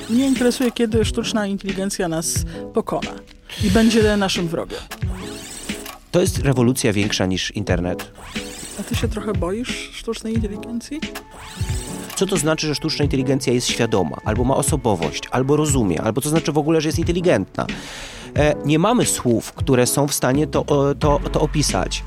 Mnie interesuje, kiedy sztuczna inteligencja nas pokona i będzie naszym wrogiem. To jest rewolucja większa niż internet. A ty się trochę boisz sztucznej inteligencji? Co to znaczy, że sztuczna inteligencja jest świadoma, albo ma osobowość, albo rozumie, albo to znaczy w ogóle, że jest inteligentna? Nie mamy słów, które są w stanie to opisać.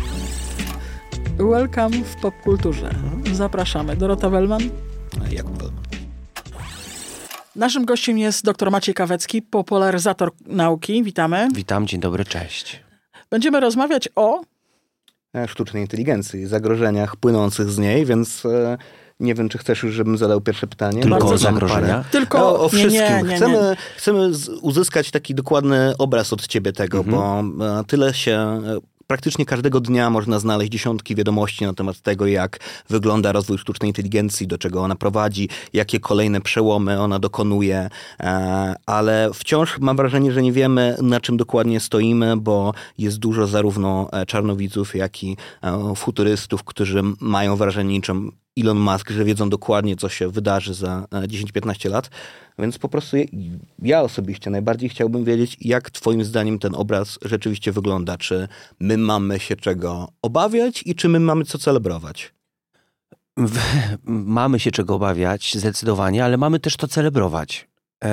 Welcome w popkulturze. Zapraszamy. Dorota Wellman. Jakub Wellman. Naszym gościem jest dr Maciej Kawecki, popularyzator nauki. Witamy. Witam, dzień dobry, cześć. Będziemy rozmawiać o sztucznej inteligencji, zagrożeniach płynących z niej, więc nie wiem, czy chcesz już, żebym zadał pierwsze pytanie. Tylko o zagrożenia? Tylko o wszystkim. Nie. Chcemy uzyskać taki dokładny obraz od ciebie tego, bo tyle się... Praktycznie każdego dnia można znaleźć dziesiątki wiadomości na temat tego, jak wygląda rozwój sztucznej inteligencji, do czego ona prowadzi, jakie kolejne przełomy ona dokonuje, ale wciąż mam wrażenie, że nie wiemy, na czym dokładnie stoimy, bo jest dużo zarówno czarnowidzów, jak i futurystów, którzy mają wrażenie niczym Elon Musk, że wiedzą dokładnie, co się wydarzy za 10-15 lat. Więc po prostu ja osobiście najbardziej chciałbym wiedzieć, jak twoim zdaniem ten obraz rzeczywiście wygląda. Czy my mamy się czego obawiać i czy my mamy co celebrować? Mamy się czego obawiać, zdecydowanie, ale mamy też to celebrować.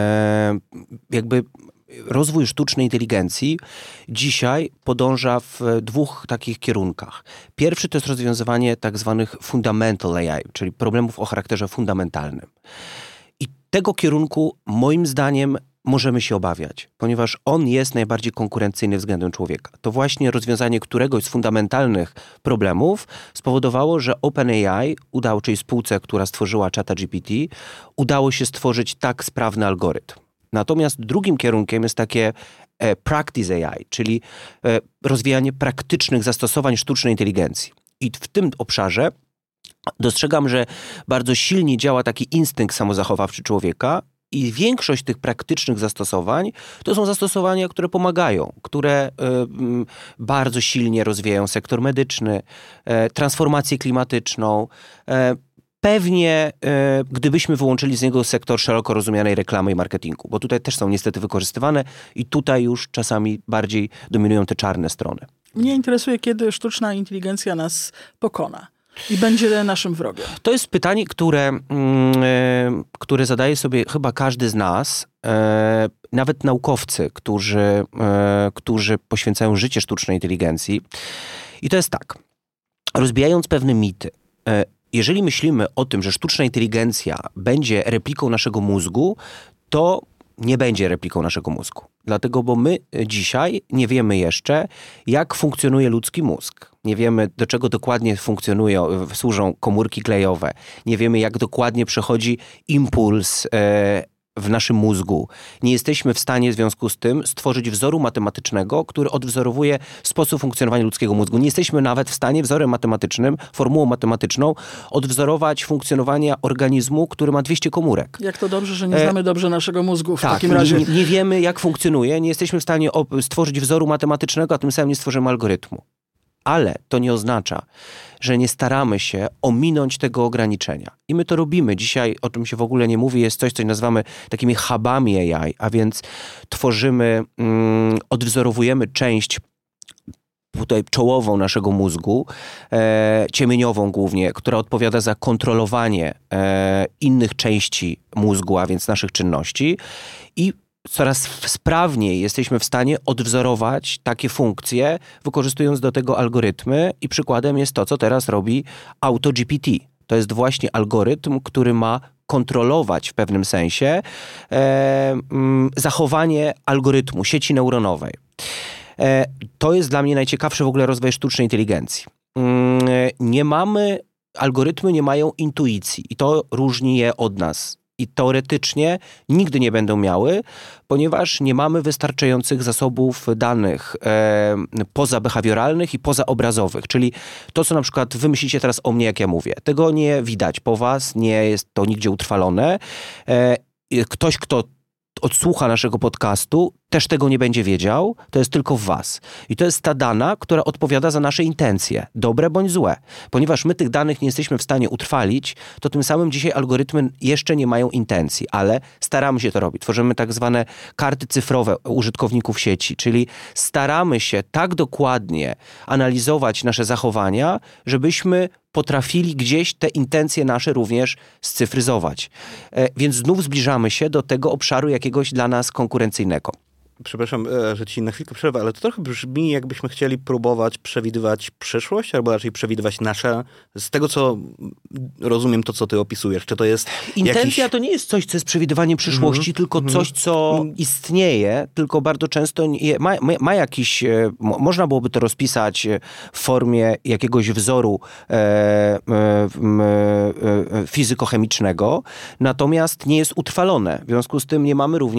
Rozwój sztucznej inteligencji dzisiaj podąża w dwóch takich kierunkach. Pierwszy to jest rozwiązywanie tak zwanych fundamental AI, czyli problemów o charakterze fundamentalnym. I tego kierunku moim zdaniem możemy się obawiać, ponieważ on jest najbardziej konkurencyjny względem człowieka. To właśnie rozwiązanie któregoś z fundamentalnych problemów spowodowało, że OpenAI czyli spółce, która stworzyła ChatGPT, udało się stworzyć tak sprawny algorytm. Natomiast drugim kierunkiem jest takie practice AI, czyli rozwijanie praktycznych zastosowań sztucznej inteligencji. I w tym obszarze dostrzegam, że bardzo silnie działa taki instynkt samozachowawczy człowieka i większość tych praktycznych zastosowań to są zastosowania, które pomagają, które bardzo silnie rozwijają sektor medyczny, transformację klimatyczną. Pewnie gdybyśmy wyłączyli z niego sektor szeroko rozumianej reklamy i marketingu, bo tutaj też są niestety wykorzystywane i tutaj już czasami bardziej dominują te czarne strony. Mnie interesuje, kiedy sztuczna inteligencja nas pokona i będzie naszym wrogiem. To jest pytanie, które zadaje sobie chyba każdy z nas, nawet naukowcy, którzy poświęcają życie sztucznej inteligencji. I to jest tak, rozbijając pewne mity, jeżeli myślimy o tym, że sztuczna inteligencja będzie repliką naszego mózgu, to nie będzie repliką naszego mózgu. Dlatego, bo my dzisiaj nie wiemy jeszcze, jak funkcjonuje ludzki mózg. Nie wiemy, do czego dokładnie służą komórki klejowe. Nie wiemy, jak dokładnie przechodzi impuls w naszym mózgu. Nie jesteśmy w stanie w związku z tym stworzyć wzoru matematycznego, który odwzorowuje sposób funkcjonowania ludzkiego mózgu. Nie jesteśmy nawet w stanie wzorem matematycznym, formułą matematyczną odwzorować funkcjonowania organizmu, który ma 200 komórek. Jak to dobrze, że nie znamy dobrze naszego mózgu w takim razie. razie. Nie wiemy, jak funkcjonuje, nie jesteśmy w stanie stworzyć wzoru matematycznego, a tym samym nie stworzymy algorytmu. Ale to nie oznacza, że nie staramy się ominąć tego ograniczenia. I my to robimy. Dzisiaj, o czym się w ogóle nie mówi, jest coś, co nazywamy takimi hubami AI, a więc tworzymy, odwzorowujemy część tutaj czołową naszego mózgu, ciemieniową głównie, która odpowiada za kontrolowanie innych części mózgu, a więc naszych czynności i coraz sprawniej jesteśmy w stanie odwzorować takie funkcje, wykorzystując do tego algorytmy i przykładem jest to, co teraz robi AutoGPT. To jest właśnie algorytm, który ma kontrolować w pewnym sensie zachowanie algorytmu, sieci neuronowej. To jest dla mnie najciekawszy w ogóle rozwój sztucznej inteligencji. Algorytmy nie mają intuicji i to różni je od nas. I teoretycznie nigdy nie będą miały, ponieważ nie mamy wystarczających zasobów danych pozabehawioralnych i pozaobrazowych. Czyli to, co na przykład wy myślicie teraz o mnie, jak ja mówię. Tego nie widać po was, nie jest to nigdzie utrwalone. Ktoś, kto odsłucha naszego podcastu, też tego nie będzie wiedział, to jest tylko w was. I to jest ta dana, która odpowiada za nasze intencje, dobre bądź złe. Ponieważ my tych danych nie jesteśmy w stanie utrwalić, to tym samym dzisiaj algorytmy jeszcze nie mają intencji, ale staramy się to robić. Tworzymy tak zwane karty cyfrowe użytkowników sieci, czyli staramy się tak dokładnie analizować nasze zachowania, żebyśmy potrafili gdzieś te intencje nasze również scyfryzować. Więc znów zbliżamy się do tego obszaru jakiegoś dla nas konkurencyjnego. Przepraszam, że ci na chwilkę przerwę, ale to trochę brzmi, jakbyśmy chcieli próbować przewidywać przyszłość, albo raczej przewidywać nasze, z tego co rozumiem, to co ty opisujesz. Czy to jest intencja to nie jest coś, co jest przewidywaniem przyszłości, tylko coś, co istnieje, tylko bardzo często ma jakiś, można byłoby to rozpisać w formie jakiegoś wzoru fizykochemicznego, natomiast nie jest utrwalone. W związku z tym nie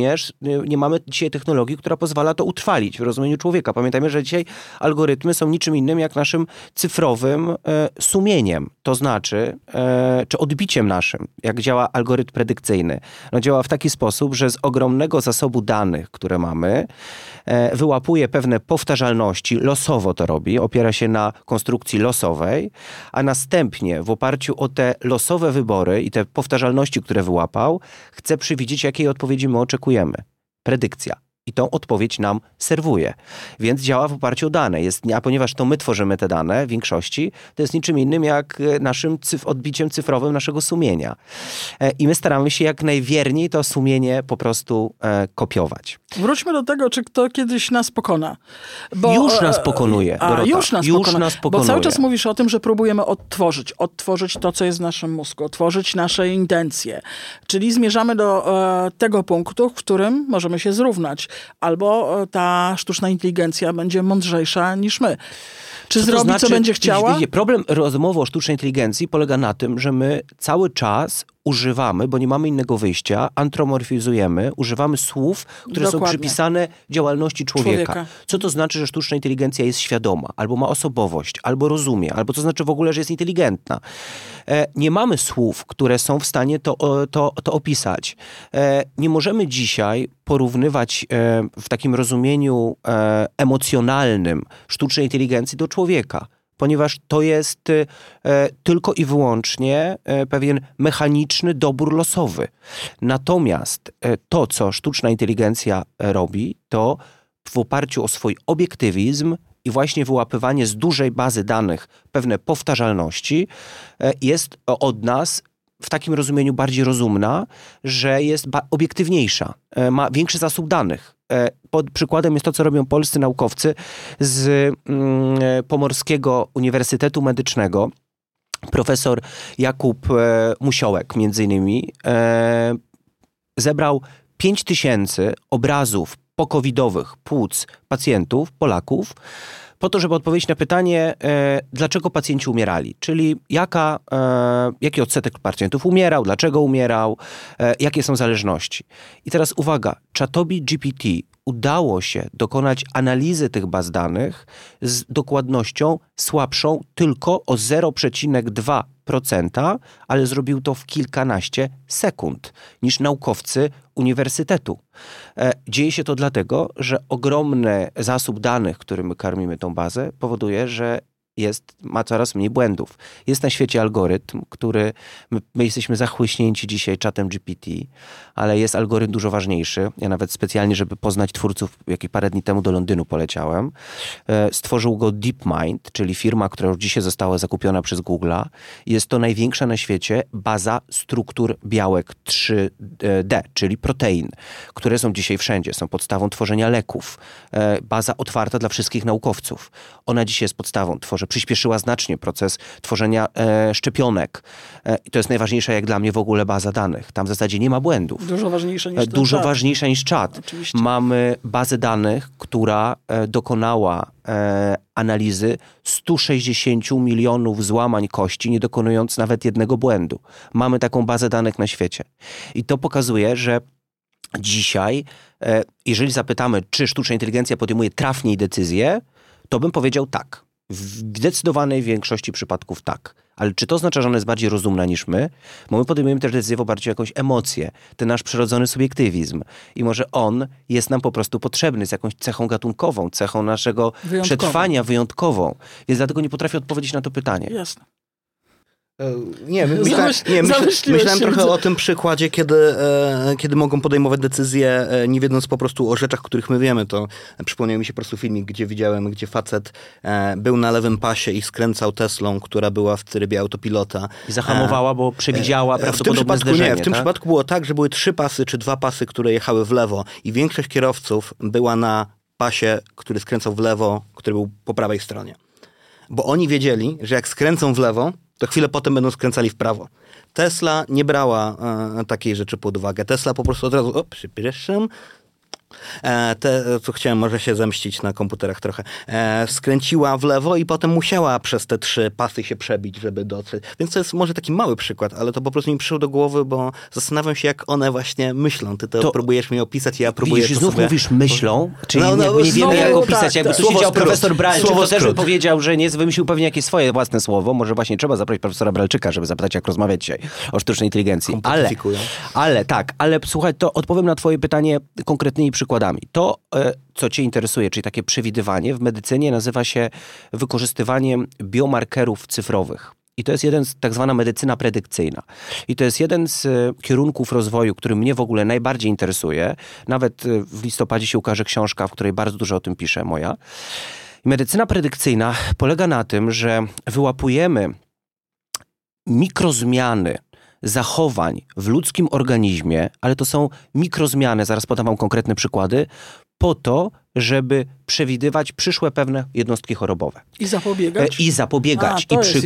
mamy dzisiaj technologii, która pozwala to utrwalić w rozumieniu człowieka. Pamiętajmy, że dzisiaj algorytmy są niczym innym jak naszym cyfrowym sumieniem. To znaczy, czy odbiciem naszym, jak działa algorytm predykcyjny. No działa w taki sposób, że z ogromnego zasobu danych, które mamy, wyłapuje pewne powtarzalności, losowo to robi, opiera się na konstrukcji losowej, a następnie w oparciu o te losowe wybory i te powtarzalności, które wyłapał, chce przewidzieć, jakiej odpowiedzi my oczekujemy. Predykcja. I tą odpowiedź nam serwuje. Więc działa w oparciu o dane. A ponieważ to my tworzymy te dane w większości, to jest niczym innym jak naszym odbiciem cyfrowym naszego sumienia. I my staramy się jak najwierniej to sumienie po prostu kopiować. Wróćmy do tego, czy kto kiedyś nas pokona. Już nas pokonuje, Dorota. Już nas pokonuje. Bo cały czas mówisz o tym, że próbujemy odtworzyć to, co jest w naszym mózgu, odtworzyć nasze intencje. Czyli zmierzamy do tego punktu, w którym możemy się zrównać. Albo ta sztuczna inteligencja będzie mądrzejsza niż my. Czy zrobi, co będzie chciała? Problem rozmowy o sztucznej inteligencji polega na tym, że my cały czas używamy, bo nie mamy innego wyjścia, antropomorfizujemy, używamy słów, które są przypisane działalności człowieka. Co to znaczy, że sztuczna inteligencja jest świadoma, albo ma osobowość, albo rozumie, albo co znaczy w ogóle, że jest inteligentna. Nie mamy słów, które są w stanie to opisać. Nie możemy dzisiaj porównywać w takim rozumieniu emocjonalnym sztucznej inteligencji do człowieka, ponieważ to jest tylko i wyłącznie pewien mechaniczny dobór losowy. Natomiast to, co sztuczna inteligencja robi, to w oparciu o swój obiektywizm i właśnie wyłapywanie z dużej bazy danych pewne powtarzalności jest od nas w takim rozumieniu bardziej rozumna, że jest obiektywniejsza, ma większy zasób danych. Pod przykładem jest to, co robią polscy naukowcy z Pomorskiego Uniwersytetu Medycznego. Profesor Jakub Musiołek między innymi zebrał 5000 obrazów pokowidowych płuc pacjentów, Polaków, po to, żeby odpowiedzieć na pytanie, dlaczego pacjenci umierali. Czyli jaki odsetek pacjentów umierał, dlaczego umierał, jakie są zależności. I teraz uwaga, czatowi GPT udało się dokonać analizy tych baz danych z dokładnością słabszą tylko o 0,2%, ale zrobił to w kilkanaście sekund niż naukowcy uniwersytetu. Dzieje się to dlatego, że ogromny zasób danych, którym my karmimy tą bazę, powoduje, że ma coraz mniej błędów. Jest na świecie algorytm, który, my jesteśmy zachłyśnięci dzisiaj czatem GPT, ale jest algorytm dużo ważniejszy. Ja nawet specjalnie, żeby poznać twórców, parę dni temu do Londynu poleciałem. Stworzył go DeepMind, czyli firma, która już dzisiaj została zakupiona przez Google'a. Jest to największa na świecie baza struktur białek 3D, czyli protein, które są dzisiaj wszędzie. Są podstawą tworzenia leków. Baza otwarta dla wszystkich naukowców. Ona dzisiaj jest podstawą przyspieszyła znacznie proces tworzenia szczepionek. I to jest najważniejsza jak dla mnie w ogóle baza danych. Tam w zasadzie nie ma błędów. Dużo ważniejsza niż czat. Oczywiście. Mamy bazę danych, która dokonała analizy 160 milionów złamań kości, nie dokonując nawet jednego błędu. Mamy taką bazę danych na świecie. I to pokazuje, że dzisiaj, jeżeli zapytamy, czy sztuczna inteligencja podejmuje trafniej decyzje, to bym powiedział tak. W zdecydowanej większości przypadków tak. Ale czy to oznacza, że ona jest bardziej rozumna niż my? Bo my podejmujemy też decyzję w oparciu o jakąś emocję, ten nasz przyrodzony subiektywizm. I może on jest nam po prostu potrzebny, jest jakąś cechą gatunkową, cechą naszego przetrwania wyjątkową. Więc dlatego nie potrafię odpowiedzieć na to pytanie. Jasne. Myślałem trochę o tym przykładzie, kiedy mogą podejmować decyzje, nie wiedząc po prostu o rzeczach, których my wiemy. To przypomniał mi się po prostu filmik, gdzie facet był na lewym pasie i skręcał Teslą, która była w trybie autopilota. I zahamowała, bo przewidziała prawdopodobne zderzenie. W tym przypadku było tak, że były 3 pasy czy 2 pasy, które jechały w lewo i większość kierowców była na pasie, który skręcał w lewo, który był po prawej stronie. Bo oni wiedzieli, że jak skręcą w lewo, to chwilę potem będą skręcali w prawo. Tesla nie brała takiej rzeczy pod uwagę. Tesla po prostu od razu, przepraszam, co chciałem może się zemścić na komputerach trochę, skręciła w lewo i potem musiała przez te 3 pasy się przebić, żeby dotrzeć. Więc to jest może taki mały przykład, ale to po prostu mi przyszło do głowy, bo zastanawiam się, jak one właśnie myślą. Ty to próbujesz mi opisać, ja próbuję widzisz, to znów sobie... mówisz myślą, czyli nie wiemy, jak opisać. Jakby tu siedział profesor Bralczyk, to też by powiedział, że nie wymyślił pewnie jakieś swoje własne słowo. Może właśnie trzeba zaprosić profesora Bralczyka, żeby zapytać, jak rozmawiać dzisiaj o sztucznej inteligencji. Ale słuchaj, to odpowiem na twoje pytanie konkretnymi przykładami. To, co cię interesuje, czyli takie przewidywanie, w medycynie nazywa się wykorzystywaniem biomarkerów cyfrowych. I to jest tak zwana medycyna predykcyjna. I to jest jeden z kierunków rozwoju, który mnie w ogóle najbardziej interesuje. Nawet w listopadzie się ukaże książka, w której bardzo dużo o tym pisze moja. I medycyna predykcyjna polega na tym, że wyłapujemy mikrozmiany zachowań w ludzkim organizmie, ale to są mikrozmiany, zaraz podam wam konkretne przykłady, po to, żeby przewidywać przyszłe pewne jednostki chorobowe. I zapobiegać.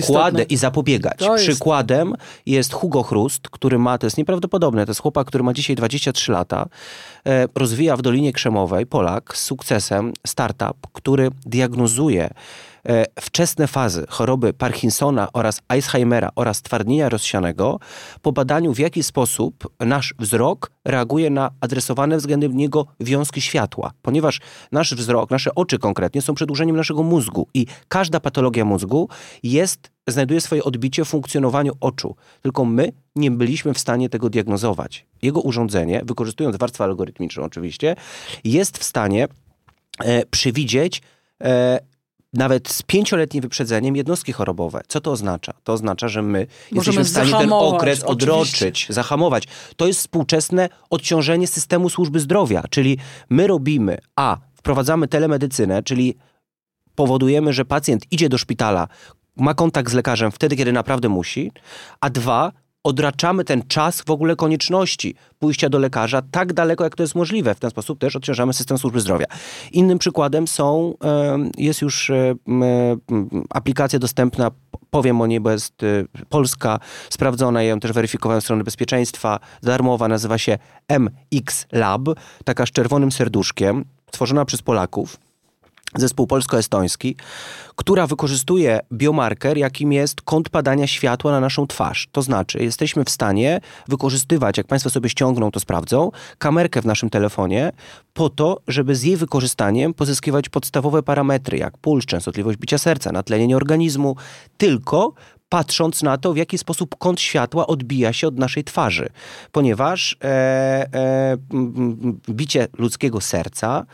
Przykładem jest Hugo Hrust, który ma, to jest nieprawdopodobne, to jest chłopak, który ma dzisiaj 23 lata, rozwija w Dolinie Krzemowej, Polak, z sukcesem startup, który diagnozuje wczesne fazy choroby Parkinsona oraz Alzheimera oraz twardnienia rozsianego po badaniu, w jaki sposób nasz wzrok reaguje na adresowane względem niego wiązki światła. Ponieważ nasz wzrok, nasze oczy konkretnie są przedłużeniem naszego mózgu i każda patologia mózgu znajduje swoje odbicie w funkcjonowaniu oczu. Tylko my nie byliśmy w stanie tego diagnozować. Jego urządzenie, wykorzystując warstwę algorytmiczną oczywiście, jest w stanie przewidzieć nawet z 5-letnim wyprzedzeniem jednostki chorobowe. Co to oznacza? To oznacza, że my jesteśmy w stanie ten okres odroczyć, zahamować. To jest współczesne odciążenie systemu służby zdrowia, czyli my wprowadzamy telemedycynę, czyli powodujemy, że pacjent idzie do szpitala, ma kontakt z lekarzem wtedy, kiedy naprawdę musi, a 2, odraczamy ten czas w ogóle konieczności pójścia do lekarza tak daleko, jak to jest możliwe. W ten sposób też odciążamy system służby zdrowia. Innym przykładem jest już aplikacja dostępna, powiem o niej, bo jest polska, sprawdzona, ja ją też weryfikowałem z strony bezpieczeństwa, darmowa, nazywa się MX Lab, taka z czerwonym serduszkiem, stworzona przez Polaków. Zespół polsko-estoński, która wykorzystuje biomarker, jakim jest kąt padania światła na naszą twarz. To znaczy, jesteśmy w stanie wykorzystywać, jak Państwo sobie ściągną, to sprawdzą, kamerkę w naszym telefonie po to, żeby z jej wykorzystaniem pozyskiwać podstawowe parametry, jak puls, częstotliwość bicia serca, natlenienie organizmu, tylko patrząc na to, w jaki sposób kąt światła odbija się od naszej twarzy. Ponieważ bicie ludzkiego serca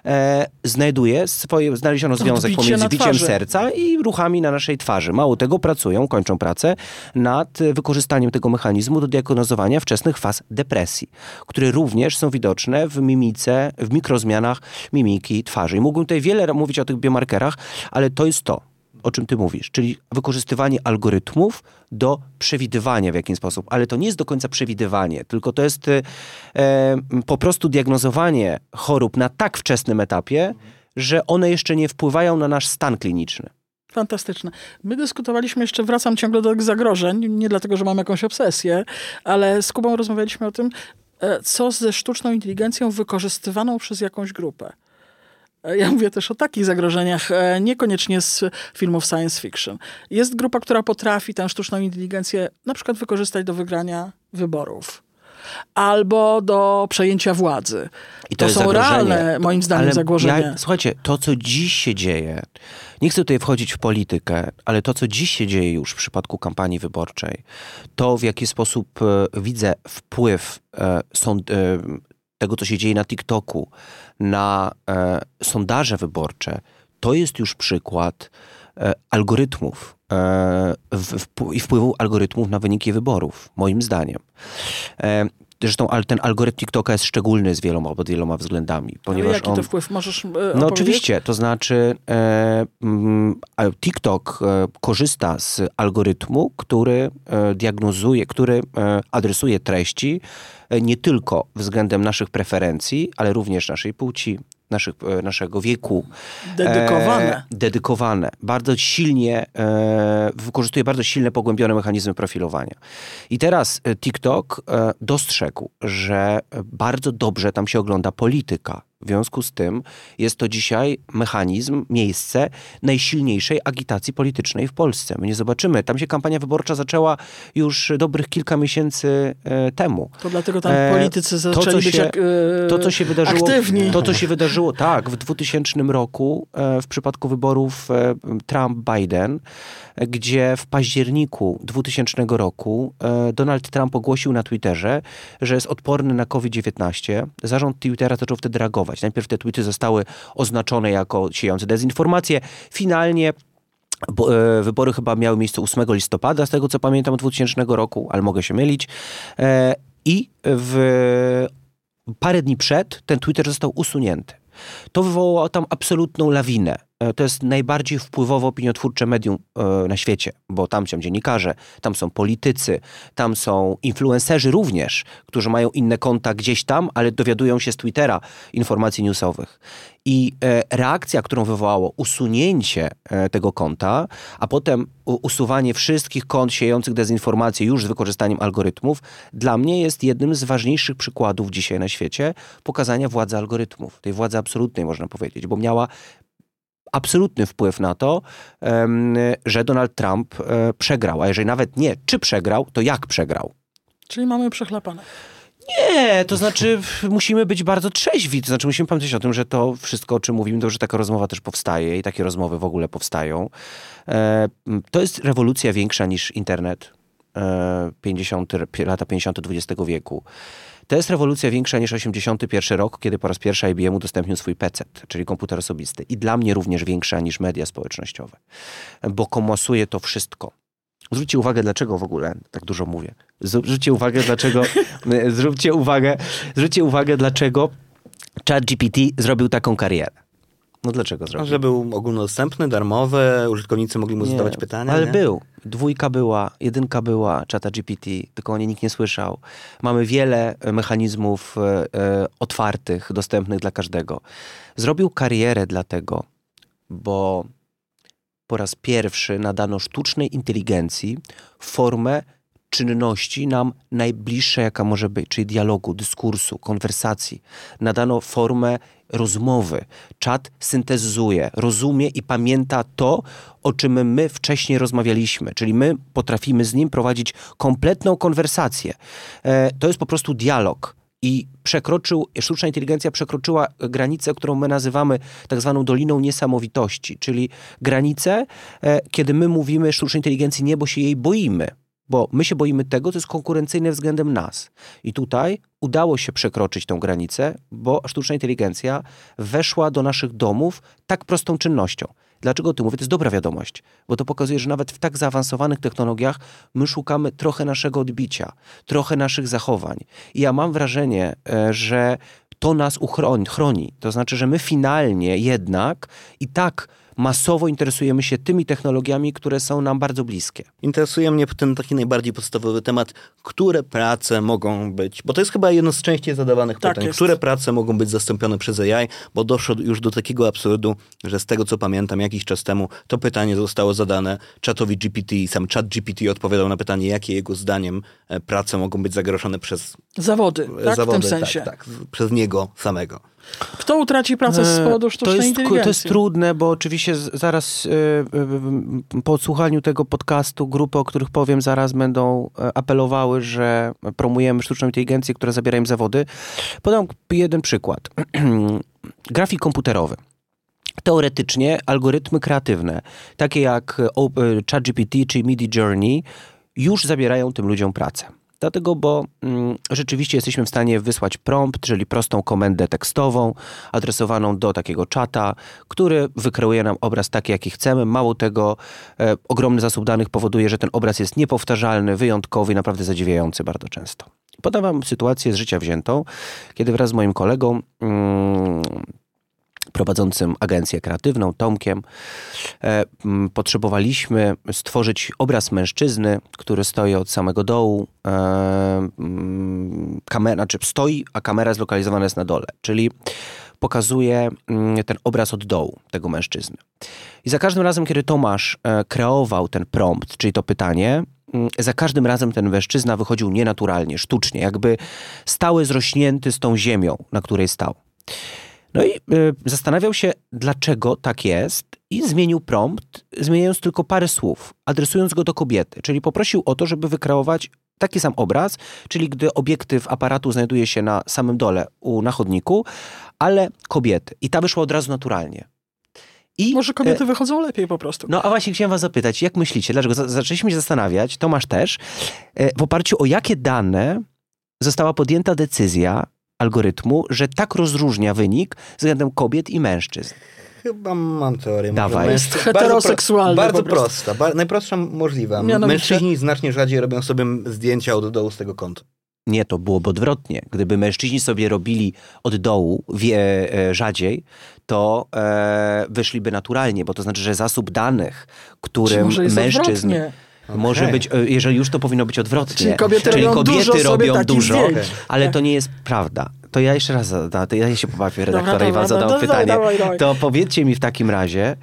znaleziono związek pomiędzy biciem serca i ruchami na naszej twarzy. Mało tego, kończą pracę nad wykorzystaniem tego mechanizmu do diagnozowania wczesnych faz depresji, które również są widoczne w mimice, w mikrozmianach mimiki twarzy. I mógłbym tutaj wiele mówić o tych biomarkerach, ale to jest to, o czym ty mówisz, czyli wykorzystywanie algorytmów do przewidywania w jakiś sposób. Ale to nie jest do końca przewidywanie, tylko to jest po prostu diagnozowanie chorób na tak wczesnym etapie, że one jeszcze nie wpływają na nasz stan kliniczny. Fantastyczne. My dyskutowaliśmy jeszcze, wracam ciągle do tych zagrożeń, nie dlatego, że mam jakąś obsesję, ale z Kubą rozmawialiśmy o tym, co ze sztuczną inteligencją wykorzystywaną przez jakąś grupę. Ja mówię też o takich zagrożeniach, niekoniecznie z filmów science fiction. Jest grupa, która potrafi tę sztuczną inteligencję na przykład wykorzystać do wygrania wyborów. albo do przejęcia władzy. I to są realne, moim zdaniem, zagrożenia. Słuchajcie, to co dziś się dzieje, nie chcę tutaj wchodzić w politykę, ale to co dziś się dzieje już w przypadku kampanii wyborczej, to w jaki sposób widzę wpływ tego, co się dzieje na TikToku, na sondaże wyborcze, to jest już przykład algorytmów i wpływu algorytmów na wyniki wyborów, moim zdaniem. Zresztą ten algorytm TikToka jest szczególny pod wieloma względami. Ponieważ jaki to wpływ możesz opowiedzieć? No oczywiście, to znaczy TikTok korzysta z algorytmu, który diagnozuje, który adresuje treści nie tylko względem naszych preferencji, ale również naszej płci, naszego wieku. Dedykowane. Bardzo silnie, wykorzystuje bardzo silne, pogłębione mechanizmy profilowania. I teraz TikTok dostrzegł, że bardzo dobrze tam się ogląda polityka. W związku z tym jest to dzisiaj mechanizm, miejsce najsilniejszej agitacji politycznej w Polsce. My nie zobaczymy. Tam się kampania wyborcza zaczęła już dobrych kilka miesięcy temu. To dlatego tam politycy zaczęli być aktywni. To, co się wydarzyło, tak, w 2000 roku w przypadku wyborów Trump-Biden, gdzie w październiku 2000 roku Donald Trump ogłosił na Twitterze, że jest odporny na COVID-19. Zarząd Twittera zaczął wtedy reagować. Najpierw te tweety zostały oznaczone jako siejące dezinformację. Finalnie wybory chyba miały miejsce 8 listopada, z tego co pamiętam, 2000 roku, ale mogę się mylić. I parę dni przed ten Twitter został usunięty. To wywołało tam absolutną lawinę. To jest najbardziej wpływowo opiniotwórcze medium na świecie, bo tam są dziennikarze, tam są politycy, tam są influencerzy również, którzy mają inne konta gdzieś tam, ale dowiadują się z Twittera informacji newsowych. I reakcja, którą wywołało usunięcie tego konta, a potem usuwanie wszystkich kont siejących dezinformację już z wykorzystaniem algorytmów, dla mnie jest jednym z ważniejszych przykładów dzisiaj na świecie pokazania władzy algorytmów. Tej władzy absolutnej, można powiedzieć, bo miała absolutny wpływ na to, że Donald Trump przegrał. A jeżeli nawet nie, czy przegrał, to jak przegrał? Czyli mamy przechlapane. Nie, to znaczy musimy być bardzo trzeźwi. To znaczy musimy pamiętać o tym, że to wszystko, o czym mówimy, to że taka rozmowa też powstaje i takie rozmowy w ogóle powstają. To jest rewolucja większa niż internet. Lata 50. XX wieku. To jest rewolucja większa niż 81 rok, kiedy po raz pierwszy IBM udostępnił swój PC, czyli komputer osobisty. I dla mnie również większa niż media społecznościowe, bo komasuje to wszystko. Zwróćcie uwagę, dlaczego w ogóle tak dużo mówię. Zwróćcie uwagę, dlaczego ChatGPT zrobił taką karierę. No dlaczego zrobił? Że był ogólnodostępny, darmowy, użytkownicy mogli mu zadawać pytania. Ale był. 2 była, 1 była ChatGPT, tylko o niej nikt nie słyszał. Mamy wiele mechanizmów otwartych, dostępnych dla każdego. Zrobił karierę dlatego, bo po raz pierwszy nadano sztucznej inteligencji formę czynności nam najbliższa, jaka może być, czyli dialogu, dyskursu, konwersacji. Nadano formę rozmowy. Czat syntezyzuje, rozumie i pamięta to, o czym my wcześniej rozmawialiśmy. Czyli my potrafimy z nim prowadzić kompletną konwersację. To jest po prostu dialog. I sztuczna inteligencja przekroczyła granicę, którą my nazywamy tak zwaną Doliną Niesamowitości. Czyli granicę, kiedy my mówimy sztucznej inteligencji nie, bo się jej boimy. Bo my się boimy tego, co jest konkurencyjne względem nas. I tutaj udało się przekroczyć tą granicę, bo sztuczna inteligencja weszła do naszych domów tak prostą czynnością. Dlaczego o tym mówię? To jest dobra wiadomość, bo to pokazuje, że nawet w tak zaawansowanych technologiach my szukamy trochę naszego odbicia, trochę naszych zachowań. I ja mam wrażenie, że to nas chroni. To znaczy, że my finalnie jednak i tak masowo interesujemy się tymi technologiami, które są nam bardzo bliskie. Interesuje mnie ten taki najbardziej podstawowy temat, które prace mogą być, bo to jest chyba jedno z częściej zadawanych pytań, jest. Które prace mogą być zastąpione przez AI, bo doszło już do takiego absurdu, że z tego co pamiętam jakiś czas temu to pytanie zostało zadane czatowi GPT i sam czat GPT odpowiadał na pytanie, jakie jego zdaniem prace mogą być zagrożone przez zawody, tak? W tym sensie. Tak, przez niego samego. Kto utraci pracę z powodu sztucznej inteligencji? To jest trudne, bo oczywiście zaraz po odsłuchaniu tego podcastu grupy, o których powiem, zaraz będą apelowały, że promujemy sztuczną inteligencję, która zabiera im zawody. Podam jeden przykład. Grafik komputerowy. Teoretycznie algorytmy kreatywne, takie jak ChatGPT czy Midjourney, już zabierają tym ludziom pracę. Dlatego, bo rzeczywiście jesteśmy w stanie wysłać prompt, czyli prostą komendę tekstową, adresowaną do takiego czata, który wykreuje nam obraz taki, jaki chcemy. Mało tego, ogromny zasób danych powoduje, że ten obraz jest niepowtarzalny, wyjątkowy i naprawdę zadziwiający bardzo często. Podam wam sytuację z życia wziętą, kiedy wraz z moim kolegą prowadzącym agencję kreatywną, Tomkiem, potrzebowaliśmy stworzyć obraz mężczyzny, który stoi od samego dołu, stoi, a kamera zlokalizowana jest na dole, czyli pokazuje ten obraz od dołu tego mężczyzny. I za każdym razem, kiedy Tomasz kreował ten prompt, czyli to pytanie, za każdym razem ten mężczyzna wychodził nienaturalnie, sztucznie, jakby stały zrośnięty z tą ziemią, na której stał. No i zastanawiał się, dlaczego tak jest i zmienił prompt, zmieniając tylko parę słów, adresując go do kobiety. Czyli poprosił o to, żeby wykreować taki sam obraz, czyli gdy obiektyw aparatu znajduje się na samym dole na chodniku, ale kobiety. I ta wyszła od razu naturalnie. I, może kobiety wychodzą lepiej po prostu. No a właśnie chciałem was zapytać, jak myślicie, dlaczego? Zaczęliśmy się zastanawiać, Tomasz też, w oparciu o jakie dane została podjęta decyzja algorytmu, że tak rozróżnia wynik względem kobiet i mężczyzn. Chyba mam teorię. Dawaj. Jest heteroseksualny. Bardzo prosta. Najprostsza możliwa. Mianowicie... Mężczyźni znacznie rzadziej robią sobie zdjęcia od dołu z tego kąta. Nie, to byłoby odwrotnie. Gdyby mężczyźni sobie robili od dołu rzadziej, to wyszliby naturalnie, bo to znaczy, że zasób danych, którym mężczyzn... Może być, jeżeli już to powinno być odwrotnie. Czyli kobiety robią dużo, ale to nie jest prawda. To ja jeszcze raz ja się pobawię redaktora i wam zadam pytanie. Dawaj. To powiedzcie mi w takim razie,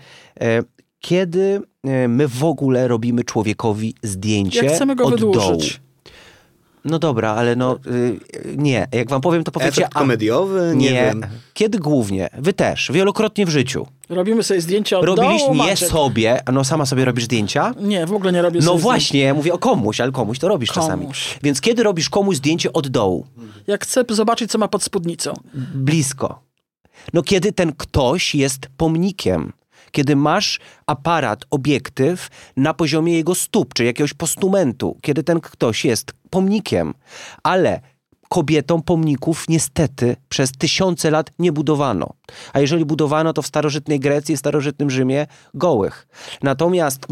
kiedy my w ogóle robimy człowiekowi zdjęcie jak chcemy go od wydłużyć. dołu? No dobra, ale nie. Jak wam powiem, to powiecie... Efekt komediowy? Nie wiem. Kiedy głównie? Wy też. Wielokrotnie w życiu. Robimy sobie zdjęcia od dołu, nie sobie, sama sobie robisz zdjęcia? Nie, w ogóle nie robię sobie właśnie, ja mówię o komuś, ale komuś to robisz czasami. Więc kiedy robisz komuś zdjęcie od dołu? Jak chcę zobaczyć, co ma pod spódnicą. Blisko. Kiedy ten ktoś jest pomnikiem. Kiedy masz aparat, obiektyw na poziomie jego stóp, czy jakiegoś postumentu. Kiedy ten ktoś jest pomnikiem. Ale kobietom pomników niestety przez tysiące lat nie budowano. A jeżeli budowano, to w starożytnej Grecji, w starożytnym Rzymie gołych. Natomiast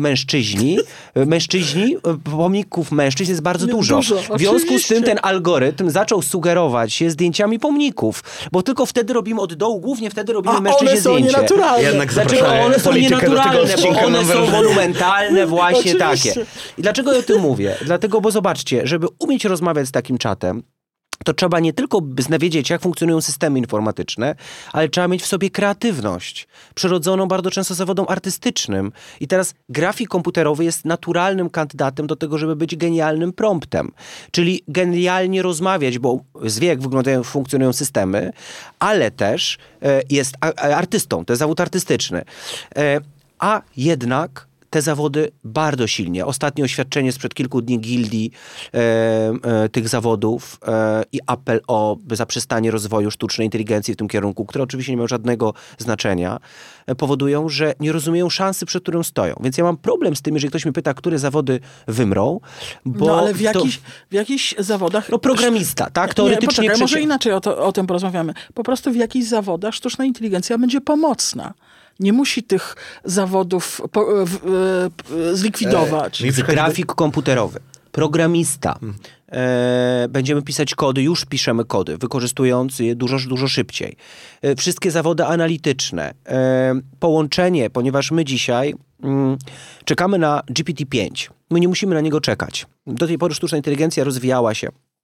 pomników mężczyzn jest bardzo dużo. W związku z tym ten algorytm zaczął sugerować się zdjęciami pomników. Bo tylko wtedy robimy od dołu, głównie wtedy robimy mężczyźnie zdjęcie. Nienaturalne. Dlaczego one są nienaturalne? Bo one są monumentalne, właśnie takie. I dlaczego ja o tym mówię? Dlatego, bo zobaczcie, żeby umieć rozmawiać z takim czatem, to trzeba nie tylko wiedzieć, jak funkcjonują systemy informatyczne, ale trzeba mieć w sobie kreatywność, przyrodzoną bardzo często zawodom artystycznym. I teraz grafik komputerowy jest naturalnym kandydatem do tego, żeby być genialnym promptem. Czyli genialnie rozmawiać, bo z wiek funkcjonują systemy, ale też jest artystą, to jest zawód artystyczny. A jednak te zawody bardzo silnie. Ostatnie oświadczenie sprzed kilku dni gildii tych zawodów i apel o zaprzestanie rozwoju sztucznej inteligencji w tym kierunku, które oczywiście nie mają żadnego znaczenia, powodują, że nie rozumieją szansy, przed którą stoją. Więc ja mam problem z tym, jeżeli ktoś mnie pyta, które zawody wymrą, bo... ale w jakichś zawodach... programista, tak? Teoretycznie... może inaczej o tym porozmawiamy. Po prostu w jakichś zawodach sztuczna inteligencja będzie pomocna. Nie musi tych zawodów zlikwidować. Grafik komputerowy, programista. Będziemy pisać kody, już piszemy kody, wykorzystując je dużo szybciej. Wszystkie zawody analityczne. Połączenie, ponieważ my dzisiaj czekamy na GPT-5. My nie musimy na niego czekać. Do tej pory sztuczna inteligencja rozwijała się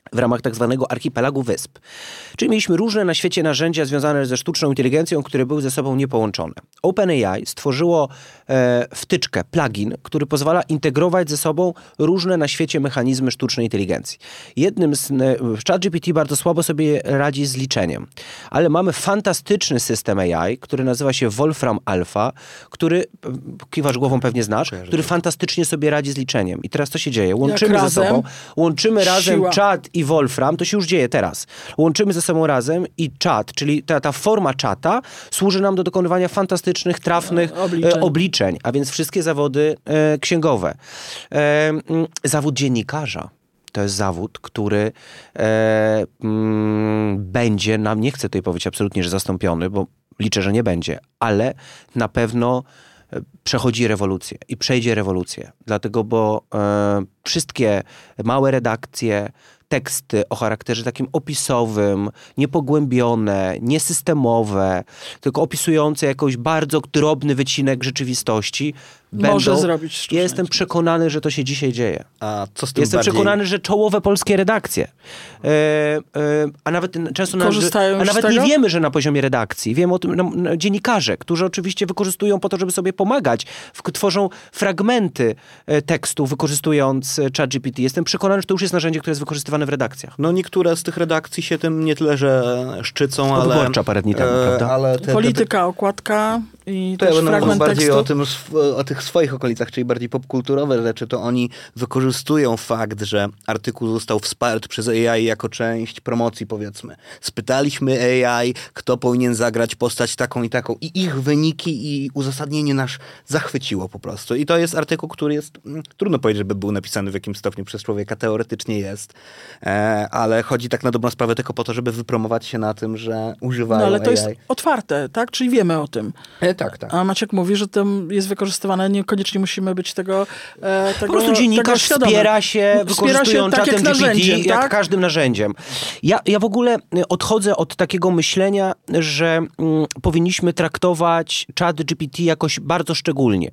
w ramach tak zwanego archipelagu wysp. Czyli mieliśmy różne na świecie narzędzia związane ze sztuczną inteligencją, które były ze sobą niepołączone. OpenAI stworzyło wtyczkę, plugin, który pozwala integrować ze sobą różne na świecie mechanizmy sztucznej inteligencji. ChatGPT bardzo słabo sobie radzi z liczeniem, ale mamy fantastyczny system AI, który nazywa się Wolfram Alpha, który, kiwasz głową pewnie znasz, który fantastycznie sobie radzi z liczeniem. I teraz co się dzieje? Łączymy ze sobą, razem czat i Wolfram, to się już dzieje teraz. Łączymy ze sobą razem i czat, czyli ta forma czata służy nam do dokonywania fantastycznych, trafnych obliczeń, a więc wszystkie zawody księgowe. Zawód dziennikarza. To jest zawód, który będzie nam, nie chcę tutaj powiedzieć absolutnie, że zastąpiony, bo liczę, że nie będzie, ale na pewno przechodzi rewolucję i przejdzie rewolucję. Dlatego, bo wszystkie małe redakcje, teksty o charakterze takim opisowym, niepogłębione, niesystemowe, tylko opisujące jakiś bardzo drobny wycinek rzeczywistości, może zrobić sztuczne. Ja jestem przekonany, że to się dzisiaj dzieje. A co z tym Jestem przekonany, że czołowe polskie redakcje, a nawet często nie wiemy, że na poziomie redakcji, wiemy o tym dziennikarze, którzy oczywiście wykorzystują po to, żeby sobie pomagać, tworzą fragmenty tekstu, wykorzystując ChatGPT. Jestem przekonany, że to już jest narzędzie, które jest wykorzystywane w redakcjach. No niektóre z tych redakcji się tym nie tyle, że szczycą, ale... Wyborcza parę dni temu, prawda? Ale polityka, okładka i to też ja fragment bardziej tekstu. o tych swoich okolicach, czyli bardziej popkulturowe rzeczy, to oni wykorzystują fakt, że artykuł został wsparty przez AI jako część promocji, powiedzmy. Spytaliśmy AI, kto powinien zagrać postać taką i taką i ich wyniki i uzasadnienie nas zachwyciło po prostu. I to jest artykuł, który jest, trudno powiedzieć, żeby był napisany w jakimś stopniu przez człowieka, teoretycznie jest, ale chodzi tak na dobrą sprawę tylko po to, żeby wypromować się na tym, że używają AI. Ale to jest otwarte, tak? Czyli wiemy o tym. Tak. A Maciek mówi, że to jest wykorzystywane, niekoniecznie musimy być tego po prostu dziennikarz wspiera się, wykorzystując czatem GPT jak każdym narzędziem. Ja w ogóle odchodzę od takiego myślenia, że powinniśmy traktować czat GPT jakoś bardzo szczególnie.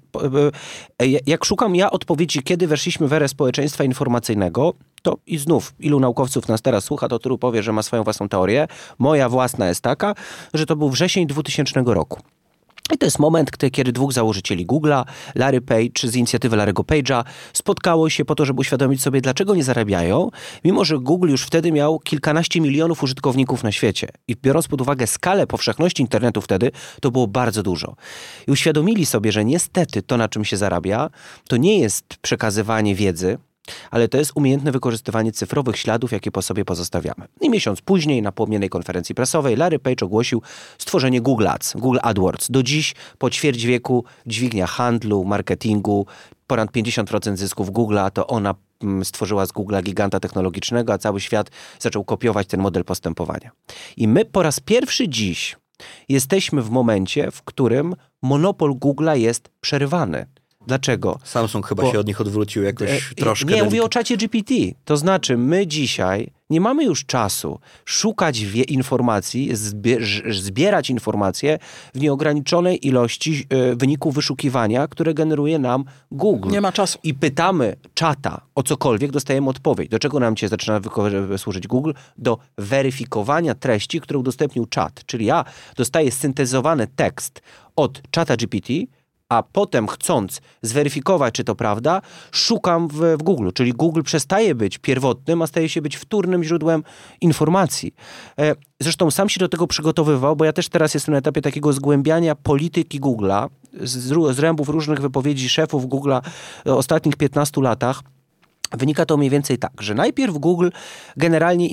Jak szukam odpowiedzi, kiedy weszliśmy w erę społeczeństwa informacyjnego, to i znów, ilu naukowców nas teraz słucha, to tylu powie, że ma swoją własną teorię. Moja własna jest taka, że to był wrzesień 2000 roku. I to jest moment, kiedy dwóch założycieli Google'a, Larry Page z inicjatywy Larry'ego Page'a, spotkało się po to, żeby uświadomić sobie, dlaczego nie zarabiają, mimo że Google już wtedy miał kilkanaście milionów użytkowników na świecie. I biorąc pod uwagę skalę powszechności internetu wtedy, to było bardzo dużo. I uświadomili sobie, że niestety to, na czym się zarabia, to nie jest przekazywanie wiedzy, ale to jest umiejętne wykorzystywanie cyfrowych śladów, jakie po sobie pozostawiamy. I miesiąc później, na płomiennej konferencji prasowej, Larry Page ogłosił stworzenie Google Ads, Google AdWords. Do dziś, po ćwierć wieku, dźwignia handlu, marketingu, ponad 50% zysków Google'a, to ona stworzyła z Google'a giganta technologicznego, a cały świat zaczął kopiować ten model postępowania. I my po raz pierwszy dziś jesteśmy w momencie, w którym monopol Google'a jest przerywany. Dlaczego? Samsung chyba się od nich odwrócił jakoś troszkę. Nie, mówię o czacie GPT. To znaczy, my dzisiaj nie mamy już czasu szukać informacji, zbierać informacje w nieograniczonej ilości wyników wyszukiwania, które generuje nam Google. Nie ma czasu. I pytamy czata o cokolwiek, dostajemy odpowiedź. Do czego nam zaczyna służyć Google? Do weryfikowania treści, które udostępnił czat. Czyli ja dostaję syntezowany tekst od czata GPT, a potem chcąc zweryfikować, czy to prawda, szukam w Google. Czyli Google przestaje być pierwotnym, a staje się być wtórnym źródłem informacji. Zresztą sam się do tego przygotowywał, bo ja też teraz jestem na etapie takiego zgłębiania polityki Google'a, z rębów różnych wypowiedzi szefów Google'a w ostatnich 15 latach. Wynika to mniej więcej tak, że najpierw Google generalnie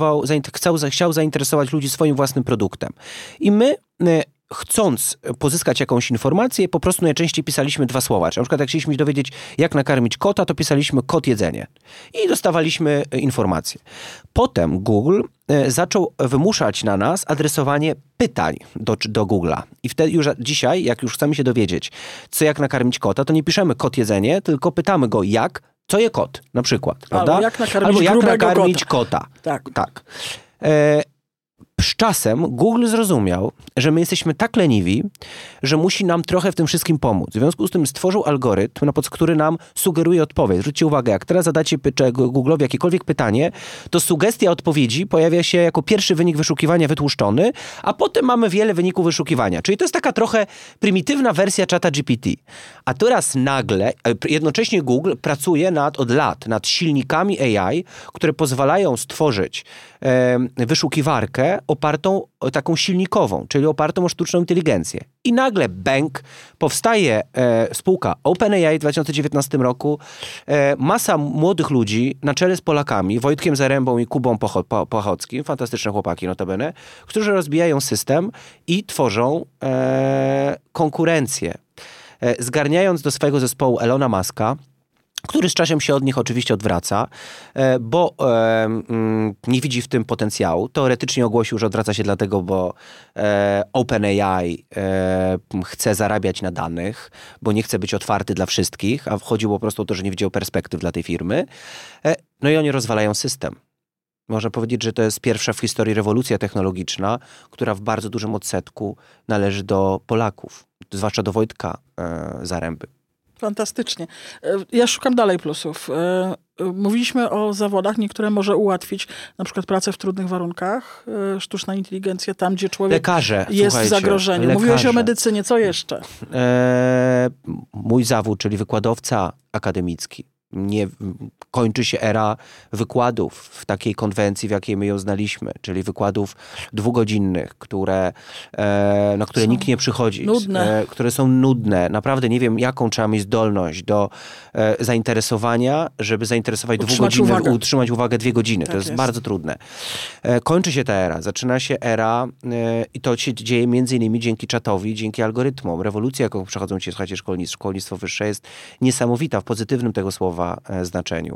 chciał zainteresować ludzi swoim własnym produktem. I my chcąc pozyskać jakąś informację, po prostu najczęściej pisaliśmy dwa słowa. Czy na przykład jak chcieliśmy dowiedzieć, jak nakarmić kota, to pisaliśmy kot jedzenie. I dostawaliśmy informacje. Potem Google zaczął wymuszać na nas adresowanie pytań do Google'a. I wtedy już dzisiaj, jak już chcemy się dowiedzieć, jak nakarmić kota, to nie piszemy kot jedzenie, tylko pytamy go co je kot, na przykład. Prawda? Albo jak nakarmić kota. Tak. Z czasem Google zrozumiał, że my jesteśmy tak leniwi, że musi nam trochę w tym wszystkim pomóc. W związku z tym stworzył algorytm, który nam sugeruje odpowiedź. Zwróćcie uwagę, jak teraz zadacie Google'owi jakiekolwiek pytanie, to sugestia odpowiedzi pojawia się jako pierwszy wynik wyszukiwania wytłuszczony, a potem mamy wiele wyników wyszukiwania. Czyli to jest taka trochę prymitywna wersja ChatGPT. A teraz nagle, jednocześnie Google pracuje od lat nad silnikami AI, które pozwalają stworzyć wyszukiwarkę opartą taką silnikową, czyli opartą o sztuczną inteligencję. I nagle powstaje spółka OpenAI w 2019 roku. Masa młodych ludzi na czele z Polakami, Wojtkiem Zarębą i Kubą Pochockim, fantastyczne chłopaki notabene, którzy rozbijają system i tworzą konkurencję. Zgarniając do swojego zespołu Elona Muska, który z czasem się od nich oczywiście odwraca, bo nie widzi w tym potencjału. Teoretycznie ogłosił, że odwraca się dlatego, bo OpenAI chce zarabiać na danych, bo nie chce być otwarty dla wszystkich, a chodziło po prostu o to, że nie widział perspektyw dla tej firmy. No i oni rozwalają system. Można powiedzieć, że to jest pierwsza w historii rewolucja technologiczna, która w bardzo dużym odsetku należy do Polaków, zwłaszcza do Wojtka Zaręby. Fantastycznie. Ja szukam dalej plusów. Mówiliśmy o zawodach, niektóre może ułatwić, na przykład pracę w trudnych warunkach, sztuczna inteligencja, tam gdzie człowiek jest w zagrożeniu. Mówiłeś o medycynie, co jeszcze? Mój zawód, czyli wykładowca akademicki. Nie kończy się era wykładów w takiej konwencji, w jakiej my ją znaliśmy, czyli wykładów 2-godzinnych, na które nikt nie przychodzi, które są nudne. Naprawdę nie wiem, jaką trzeba mieć zdolność do zainteresowania, żeby zainteresować 2 godziny, utrzymać uwagę 2 godziny. Tak to jest bardzo trudne. Kończy się ta era, zaczyna się era i to się dzieje między innymi dzięki czatowi, dzięki algorytmom. Rewolucja, jaką przechodzą ci, słuchajcie, szkolnictwo wyższe jest niesamowita w pozytywnym tego słowa znaczeniu.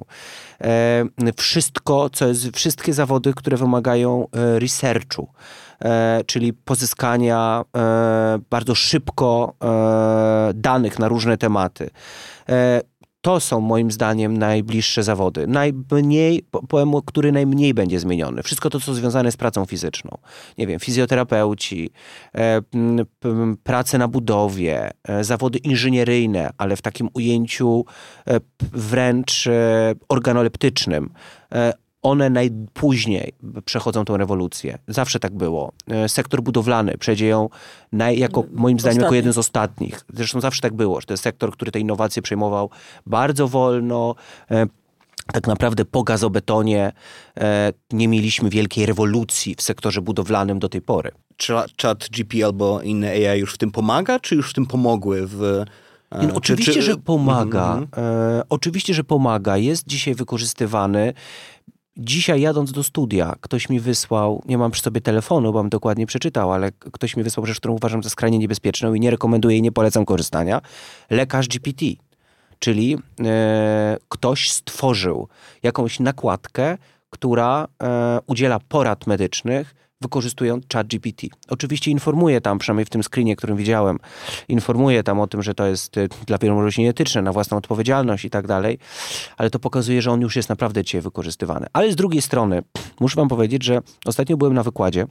Wszystkie zawody, które wymagają researchu, czyli pozyskania bardzo szybko danych na różne tematy. To są moim zdaniem najbliższe zawody. Który najmniej będzie zmieniony. Wszystko to, co związane z pracą fizyczną. Nie wiem, fizjoterapeuci, prace na budowie, zawody inżynieryjne, ale w takim ujęciu wręcz organoleptycznym. One najpóźniej przechodzą tą rewolucję. Zawsze tak było. Sektor budowlany przejdzie ją moim zdaniem jako jeden z ostatnich. Zresztą zawsze tak było, że to jest sektor, który te innowacje przejmował bardzo wolno. Tak naprawdę po gazobetonie nie mieliśmy wielkiej rewolucji w sektorze budowlanym do tej pory. Czy ChatGPT albo inne AI już w tym pomaga, czy już w tym pomogły? Oczywiście, że pomaga. Oczywiście, że pomaga. Jest dzisiaj wykorzystywany. Dzisiaj jadąc do studia, ktoś mi wysłał, nie mam przy sobie telefonu, bo bym dokładnie przeczytał, ale ktoś mi wysłał rzecz, którą uważam za skrajnie niebezpieczną i nie rekomenduję i nie polecam korzystania. Lekarz GPT, czyli ktoś stworzył jakąś nakładkę, która udziela porad medycznych, wykorzystując ChatGPT. Oczywiście informuje tam, przynajmniej w tym screenie, którym widziałem, informuje tam o tym, że to jest dla wielu może nieetyczne, na własną odpowiedzialność i tak dalej, ale to pokazuje, że on już jest naprawdę dzisiaj wykorzystywany. Ale z drugiej strony, muszę wam powiedzieć, że ostatnio byłem na wykładzie,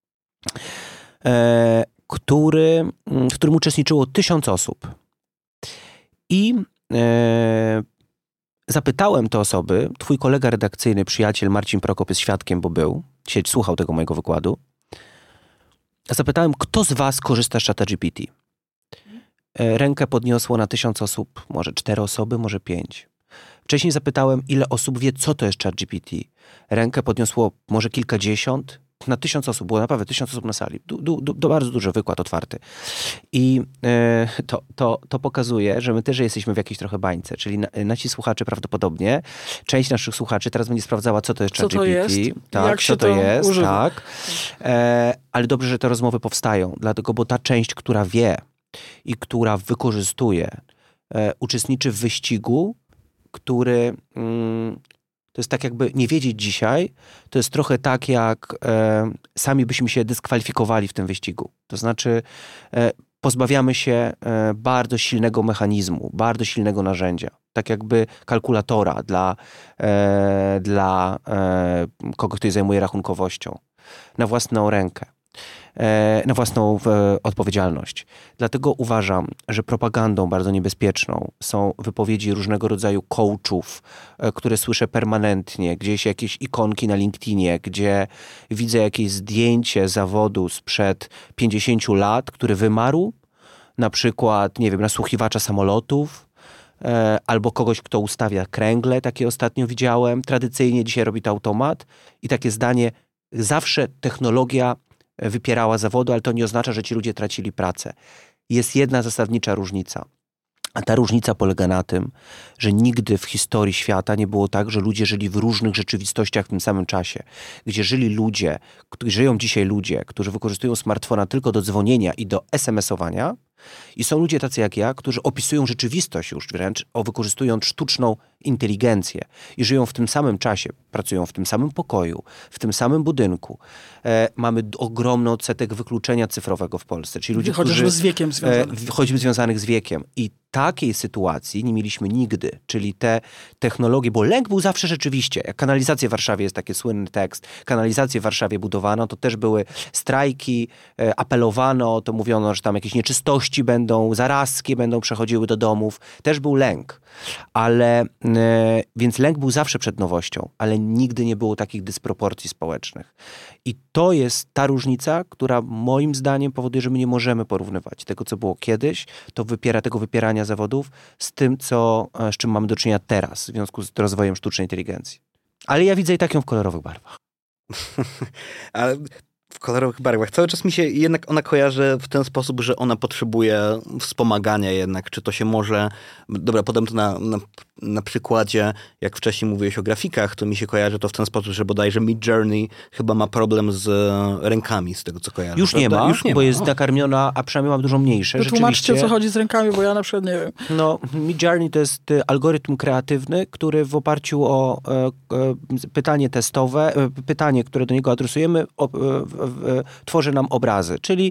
w którym uczestniczyło 1000 osób. I zapytałem te osoby, twój kolega redakcyjny, przyjaciel Marcin Prokop jest świadkiem, bo był, słuchał tego mojego wykładu. Zapytałem, kto z was korzysta z ChatGPT? Rękę podniosło na 1000 osób, może 4 osoby, może 5. Wcześniej zapytałem, ile osób wie, co to jest ChatGPT. Rękę podniosło może kilkadziesiąt. Na 1000 osób, było naprawdę 1000 osób na sali. Bardzo duży wykład otwarty. I to pokazuje, że my też jesteśmy w jakiejś trochę bańce. Czyli nasi słuchacze prawdopodobnie, część naszych słuchaczy teraz będzie sprawdzała, co to jest ChatGPT. Co to jest? Tak, jak się to jest, używa. Tak. Ale dobrze, że te rozmowy powstają. Dlatego, bo ta część, która wie i która wykorzystuje, uczestniczy w wyścigu, który... To jest tak jakby nie wiedzieć dzisiaj, to jest trochę tak jak sami byśmy się dyskwalifikowali w tym wyścigu. To znaczy pozbawiamy się bardzo silnego mechanizmu, bardzo silnego narzędzia. tak jakby kalkulatora dla kogoś, kto się zajmuje rachunkowością, na własną rękę, na własną odpowiedzialność. Dlatego uważam, że propagandą bardzo niebezpieczną są wypowiedzi różnego rodzaju coachów, które słyszę permanentnie, gdzieś jakieś ikonki na LinkedInie, gdzie widzę jakieś zdjęcie zawodu sprzed 50 lat, który wymarł, na przykład, nie wiem, nasłuchiwacza samolotów, albo kogoś, kto ustawia kręgle, takie ostatnio widziałem. Tradycyjnie dzisiaj robi to automat i takie zdanie, zawsze technologia wypierała zawodu, ale to nie oznacza, że ci ludzie tracili pracę. Jest jedna zasadnicza różnica. A ta różnica polega na tym, że nigdy w historii świata nie było tak, że ludzie żyli w różnych rzeczywistościach w tym samym czasie. Gdzie żyją dzisiaj ludzie, którzy wykorzystują smartfona tylko do dzwonienia i do SMS-owania, i są ludzie tacy jak ja, którzy opisują rzeczywistość już wręcz, wykorzystując sztuczną inteligencję i żyją w tym samym czasie, pracują w tym samym pokoju, w tym samym budynku. Mamy ogromny odsetek wykluczenia cyfrowego w Polsce. Czyli ludzie, chociażby z wiekiem związanych. Choćby związanych z wiekiem. I takiej sytuacji nie mieliśmy nigdy. Czyli te technologie, bo lęk był zawsze rzeczywiście. Jak kanalizację w Warszawie, jest taki słynny tekst, kanalizację w Warszawie budowano, to też były strajki, apelowano, to mówiono, że tam jakieś nieczystości będą, zarazki będą przechodziły do domów. Też był lęk. Więc lęk był zawsze przed nowością, ale nigdy nie było takich dysproporcji społecznych. I to jest ta różnica, która moim zdaniem powoduje, że my nie możemy porównywać tego, co było kiedyś, tego wypierania zawodów, z tym, z czym mamy do czynienia teraz, w związku z rozwojem sztucznej inteligencji. Ale ja widzę i tak ją w kolorowych barwach. Ale w kolorowych barwach. Cały czas mi się jednak ona kojarzy w ten sposób, że ona potrzebuje wspomagania jednak. Czy to się może... Dobra, podam to na przykładzie, jak wcześniej mówiłeś o grafikach, to mi się kojarzy to w ten sposób, że bodajże Midjourney chyba ma problem z rękami, z tego co kojarzę. Już nie ma, bo jest nakarmiona, a przynajmniej ma dużo mniejsze. Wytłumaczcie, o co chodzi z rękami, bo ja na przykład nie wiem. No, Midjourney to jest algorytm kreatywny, który w oparciu o pytanie testowe, pytanie, które do niego adresujemy, tworzy nam obrazy. Czyli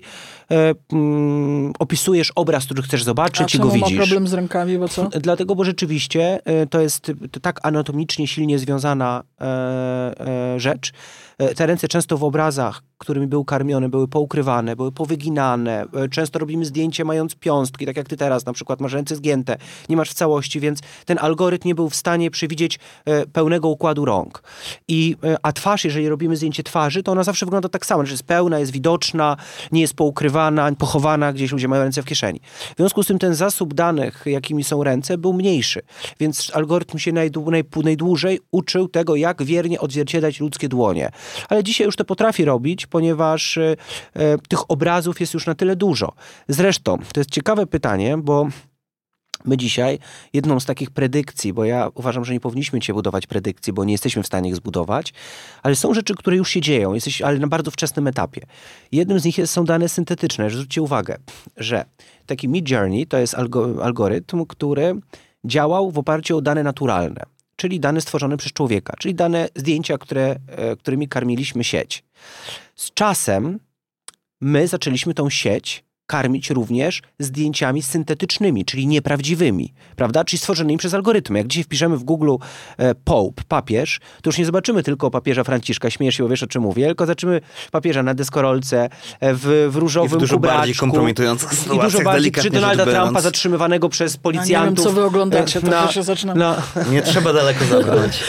opisujesz obraz, który chcesz zobaczyć i go widzisz. A czemu ma problem z rękami, bo co? Dlatego, bo rzeczywiście to jest tak anatomicznie silnie związana rzecz. Te ręce często w obrazach, którymi był karmiony, były poukrywane, były powyginane. Często robimy zdjęcie mając piąstki, tak jak ty teraz na przykład masz ręce zgięte, nie masz w całości, więc ten algorytm nie był w stanie przewidzieć pełnego układu rąk. A twarz, jeżeli robimy zdjęcie twarzy, to ona zawsze wygląda tak samo, że jest pełna, jest widoczna, nie jest poukrywana, pochowana, gdzieś ludzie mają ręce w kieszeni. W związku z tym ten zasób danych, jakimi są ręce, był mniejszy. Więc algorytm się najdłużej uczył tego, jak wiernie odzwierciedlać ludzkie dłonie. Ale dzisiaj już to potrafi robić, ponieważ tych obrazów jest już na tyle dużo. Zresztą, to jest ciekawe pytanie, bo my dzisiaj jedną z takich predykcji, bo ja uważam, że nie powinniśmy dzisiaj budować predykcji, bo nie jesteśmy w stanie ich zbudować, ale są rzeczy, które już się dzieją, ale na bardzo wczesnym etapie. Jednym z nich są dane syntetyczne. Zwróćcie uwagę, że taki Midjourney to jest algorytm, który działał w oparciu o dane naturalne, czyli dane stworzone przez człowieka, czyli dane zdjęcia, którymi karmiliśmy sieć. Z czasem my zaczęliśmy tą sieć karmić również zdjęciami syntetycznymi, czyli nieprawdziwymi, prawda? Czyli stworzonymi przez algorytmy. Jak dzisiaj wpiszemy w Google Pope, papież, to już nie zobaczymy tylko papieża Franciszka, śmiejesz się, bo wiesz, o czym mówię, tylko zobaczymy papieża na deskorolce, w różowym dużo kubraczku. Bardziej kompromitujących sytuacjach, I dużo bardziej, czy Donalda Trumpa zatrzymywanego przez policjantów. Ja nie wiem, co wy oglądacie, to się zaczyna. Nie trzeba daleko zabrać.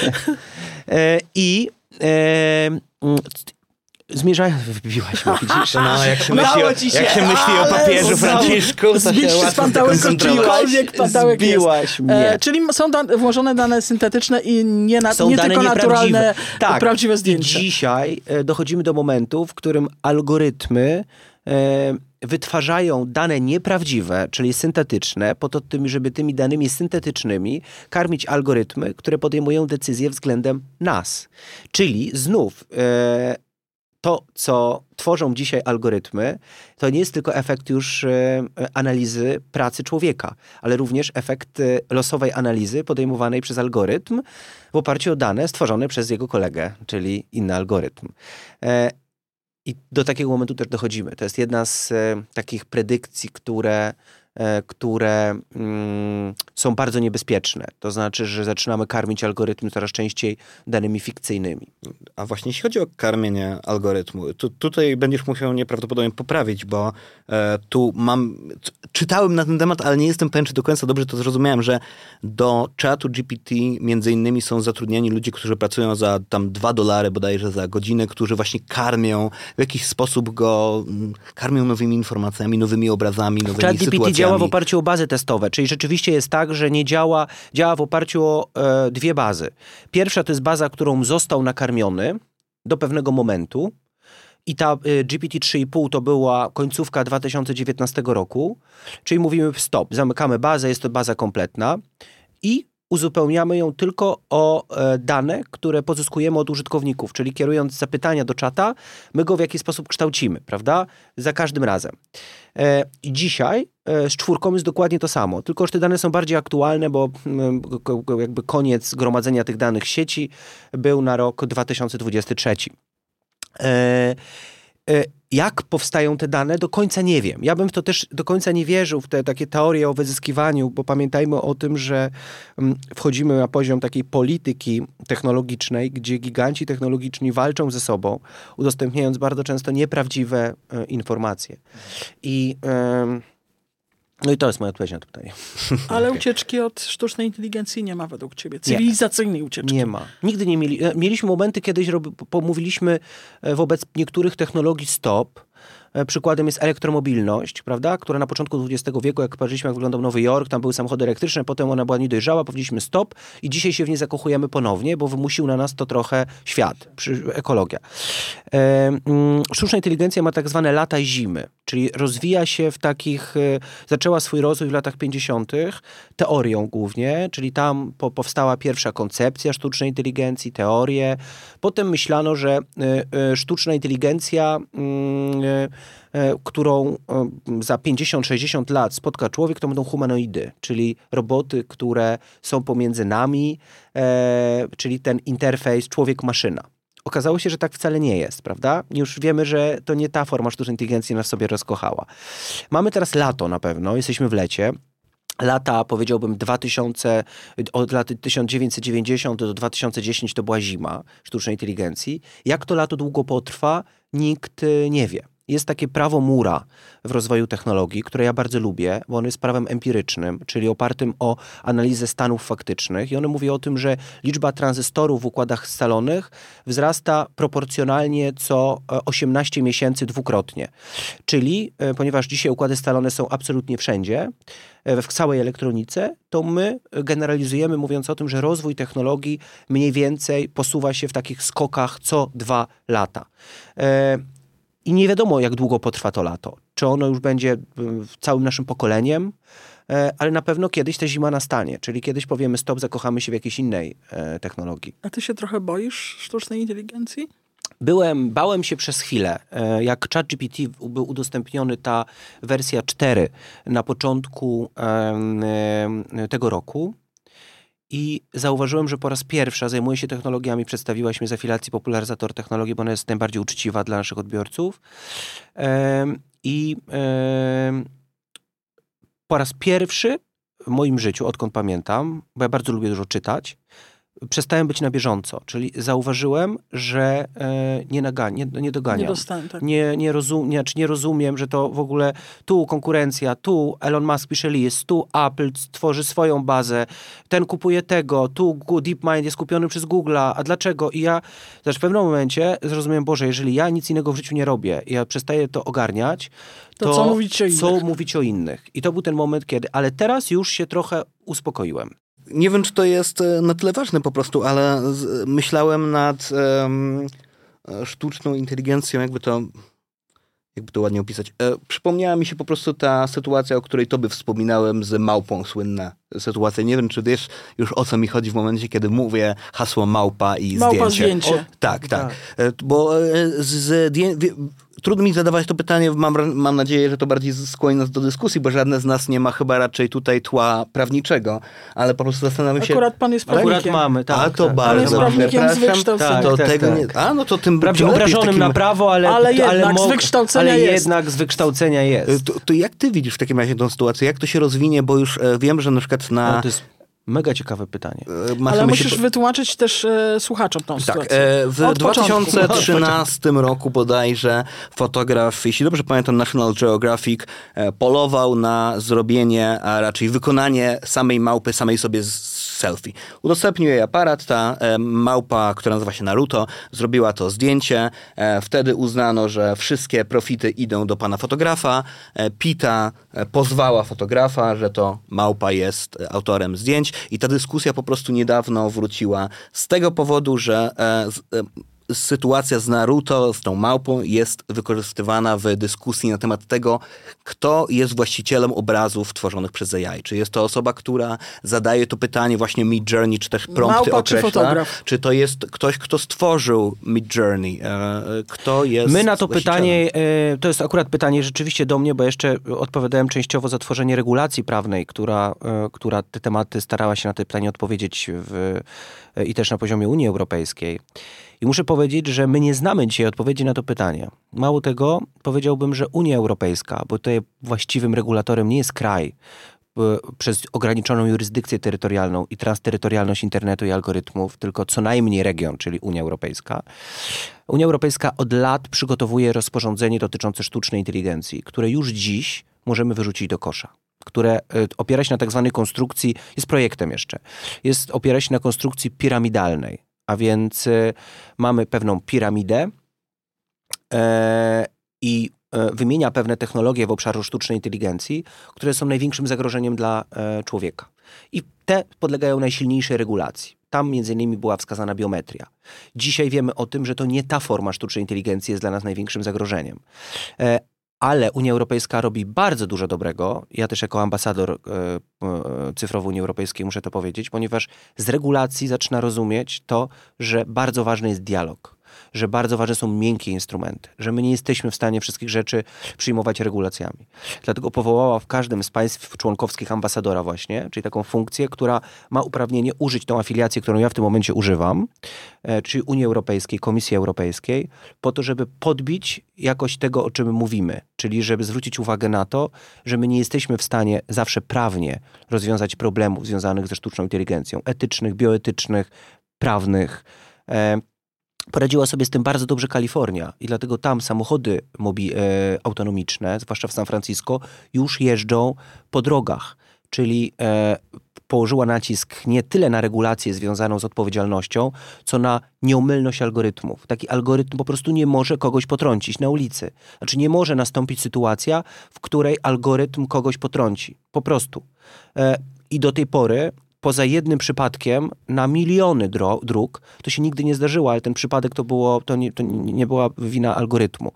Wybiłaś mnie, widzisz? No, jak się myśli o papieżu Franciszku, to się łatwo zkoncentrować. Zbiłaś mnie. Czyli są włożone dane syntetyczne i nie tylko naturalne, prawdziwe zdjęcia. Dzisiaj dochodzimy do momentu, w którym algorytmy wytwarzają dane nieprawdziwe, czyli syntetyczne, po to, żeby tymi danymi syntetycznymi karmić algorytmy, które podejmują decyzje względem nas. Czyli znów to, co tworzą dzisiaj algorytmy, to nie jest tylko efekt już analizy pracy człowieka, ale również efekt losowej analizy podejmowanej przez algorytm w oparciu o dane stworzone przez jego kolegę, czyli inny algorytm. I do takiego momentu też dochodzimy. To jest jedna z takich predykcji, które które są bardzo niebezpieczne. To znaczy, że zaczynamy karmić algorytmy coraz częściej danymi fikcyjnymi. A właśnie jeśli chodzi o karmienie algorytmu, tutaj będziesz musiał mnie prawdopodobnie poprawić, bo czytałem na ten temat, ale nie jestem pewien, czy do końca dobrze to zrozumiałem, że do czatu GPT między innymi są zatrudniani ludzie, którzy pracują za tam $2 bodajże za godzinę, którzy właśnie karmią, w jakiś sposób go karmią nowymi informacjami, nowymi obrazami, nowymi sytuacjami. ChatGPT działa w oparciu o bazy testowe, czyli rzeczywiście jest tak, że nie działa w oparciu o dwie bazy. Pierwsza to jest baza, którą został nakarmiony do pewnego momentu i ta GPT-3,5 to była końcówka 2019 roku, czyli mówimy stop, zamykamy bazę, jest to baza kompletna i uzupełniamy ją tylko o dane, które pozyskujemy od użytkowników, czyli kierując zapytania do czata, my go w jakiś sposób kształcimy, prawda? Za każdym razem. I dzisiaj z 4 jest dokładnie to samo, tylko że te dane są bardziej aktualne, bo jakby koniec gromadzenia tych danych w sieci był na rok 2023. Jak powstają te dane? Do końca nie wiem. Ja bym w to też do końca nie wierzył, w te takie teorie o wyzyskiwaniu, bo pamiętajmy o tym, że wchodzimy na poziom takiej polityki technologicznej, gdzie giganci technologiczni walczą ze sobą, udostępniając bardzo często nieprawdziwe informacje. No i to jest moja odpowiedź na to pytanie. Ale ucieczki od sztucznej inteligencji nie ma według ciebie? Cywilizacyjnej ucieczki? Nie ma. Nigdy nie mieliśmy momenty, kiedyś mówiliśmy wobec niektórych technologii stop. Przykładem jest elektromobilność, prawda, która na początku XX wieku, jak patrzyliśmy, jak wyglądał Nowy Jork, tam były samochody elektryczne, potem ona była niedojrzała, powiedzieliśmy stop i dzisiaj się w nie zakochujemy ponownie, bo wymusił na nas to trochę świat, ekologia. Sztuczna inteligencja ma tak zwane lata zimy, czyli rozwija się w takich, zaczęła swój rozwój w latach 50. teorią głównie, czyli tam powstała pierwsza koncepcja sztucznej inteligencji, teorie. Potem myślano, że sztuczna inteligencja którą za 50-60 lat spotka człowiek, to będą humanoidy, czyli roboty, które są pomiędzy nami, czyli ten interfejs człowiek-maszyna. Okazało się, że tak wcale nie jest, prawda? Już wiemy, że to nie ta forma sztucznej inteligencji nas sobie rozkochała. Mamy teraz lato na pewno, jesteśmy w lecie. Lata, powiedziałbym, od lat 1990 do 2010 to była zima sztucznej inteligencji. Jak to lato długo potrwa, nikt nie wie. Jest takie prawo Moore'a w rozwoju technologii, które ja bardzo lubię, bo ono jest prawem empirycznym, czyli opartym o analizę stanów faktycznych i ono mówi o tym, że liczba tranzystorów w układach scalonych wzrasta proporcjonalnie co 18 miesięcy dwukrotnie. Czyli, ponieważ dzisiaj układy scalone są absolutnie wszędzie, w całej elektronice, to my generalizujemy, mówiąc o tym, że rozwój technologii mniej więcej posuwa się w takich skokach co 2 lata. I nie wiadomo, jak długo potrwa to lato. Czy ono już będzie całym naszym pokoleniem, ale na pewno kiedyś ta zima nastanie. Czyli kiedyś powiemy stop, zakochamy się w jakiejś innej technologii. A ty się trochę boisz sztucznej inteligencji? Bałem się przez chwilę. Jak ChatGPT był udostępniony, ta wersja 4 na początku tego roku, i zauważyłem, że po raz pierwszy zajmuję się technologiami, przedstawiłaś mnie z afilacji popularyzator technologii, bo ona jest najbardziej uczciwa dla naszych odbiorców. Po raz pierwszy w moim życiu, odkąd pamiętam, bo ja bardzo lubię dużo czytać, przestałem być na bieżąco, czyli zauważyłem, że nie doganiam. Tak. Nie rozumiem, że to w ogóle tu konkurencja, tu Elon Musk pisze list, tu Apple tworzy swoją bazę, ten kupuje tego, tu DeepMind jest kupiony przez Google'a, a dlaczego? I ja w pewnym momencie zrozumiałem, Boże, jeżeli ja nic innego w życiu nie robię i ja przestaję to ogarniać, to co mówić o innych? I to był ten moment, kiedy, ale teraz już się trochę uspokoiłem. Nie wiem, czy to jest na tyle ważne po prostu, ale myślałem nad sztuczną inteligencją, jakby to ładnie opisać. Przypomniała mi się po prostu ta sytuacja, o której tobie wspominałem z małpą, słynna sytuacja. Nie wiem, czy wiesz już, o co mi chodzi w momencie, kiedy mówię hasło małpa i zdjęcie. Zdjęcie. Tak. Bo trudno mi zadawać to pytanie, mam nadzieję, że to bardziej skłoni nas do dyskusji, bo żadne z nas nie ma chyba raczej tutaj tła prawniczego, ale po prostu zastanawiam się... Akurat pan jest prawnikiem. Akurat mamy, tak. A to tak, bardzo pan jest prawnikiem z wykształcenia. To tego nie... A, no to tym Wprawdzie obrażonym na prawo, ale jednak z wykształcenia jest. Jednak z wykształcenia jest. To jak ty widzisz w takim razie tę sytuację? Jak to się rozwinie? Bo już wiem, że na przykład na... No, to jest mega ciekawe pytanie. Ale musisz wytłumaczyć też słuchaczom tą sytuację. W 2013 roku bodajże fotograf, jeśli dobrze pamiętam, National Geographic polował na zrobienie, a raczej wykonanie samej małpy, samej sobie selfie. Udostępnił jej aparat, ta małpa, która nazywa się Naruto, zrobiła to zdjęcie. Wtedy uznano, że wszystkie profity idą do pana fotografa. PETA pozwała fotografa, że to małpa jest autorem zdjęć i ta dyskusja po prostu niedawno wróciła z tego powodu, że sytuacja z Naruto, z tą małpą jest wykorzystywana w dyskusji na temat tego, kto jest właścicielem obrazów tworzonych przez AI. Czy jest to osoba, która zadaje to pytanie właśnie Midjourney, czy też prompty określa, czy to jest ktoś, kto stworzył Midjourney, kto jest My na to pytanie, to jest akurat pytanie rzeczywiście do mnie, bo jeszcze odpowiadałem częściowo za tworzenie regulacji prawnej, która te tematy starała się na to pytanie odpowiedzieć i też na poziomie Unii Europejskiej. I muszę powiedzieć, że my nie znamy dzisiaj odpowiedzi na to pytanie. Mało tego, powiedziałbym, że Unia Europejska, bo tutaj właściwym regulatorem nie jest kraj przez ograniczoną jurysdykcję terytorialną i transterytorialność internetu i algorytmów, tylko co najmniej region, czyli Unia Europejska. Unia Europejska od lat przygotowuje rozporządzenie dotyczące sztucznej inteligencji, które już dziś możemy wyrzucić do kosza, które opiera się na tak zwanej konstrukcji, jest projektem jeszcze, opiera się na konstrukcji piramidalnej. A więc mamy pewną piramidę i wymienia pewne technologie w obszarze sztucznej inteligencji, które są największym zagrożeniem dla człowieka. I te podlegają najsilniejszej regulacji. Tam między innymi była wskazana biometria. Dzisiaj wiemy o tym, że to nie ta forma sztucznej inteligencji jest dla nas największym zagrożeniem. Ale Unia Europejska robi bardzo dużo dobrego. Ja też jako ambasador cyfrowy Unii Europejskiej muszę to powiedzieć, ponieważ z regulacji zaczyna rozumieć to, że bardzo ważny jest dialog, że bardzo ważne są miękkie instrumenty, że my nie jesteśmy w stanie wszystkich rzeczy przyjmować regulacjami. Dlatego powołała w każdym z państw członkowskich ambasadora właśnie, czyli taką funkcję, która ma uprawnienie użyć tą afiliację, którą ja w tym momencie używam, czyli Unii Europejskiej, Komisji Europejskiej, po to, żeby podbić jakość tego, o czym mówimy, czyli żeby zwrócić uwagę na to, że my nie jesteśmy w stanie zawsze prawnie rozwiązać problemów związanych ze sztuczną inteligencją, etycznych, bioetycznych, prawnych. Poradziła sobie z tym bardzo dobrze Kalifornia i dlatego tam samochody autonomiczne, zwłaszcza w San Francisco, już jeżdżą po drogach, czyli położyła nacisk nie tyle na regulację związaną z odpowiedzialnością, co na nieomylność algorytmów. Taki algorytm po prostu nie może kogoś potrącić na ulicy. Znaczy nie może nastąpić sytuacja, w której algorytm kogoś potrąci. Po prostu. I do tej pory poza jednym przypadkiem na miliony dróg, to się nigdy nie zdarzyło, ale ten przypadek to nie była wina algorytmu.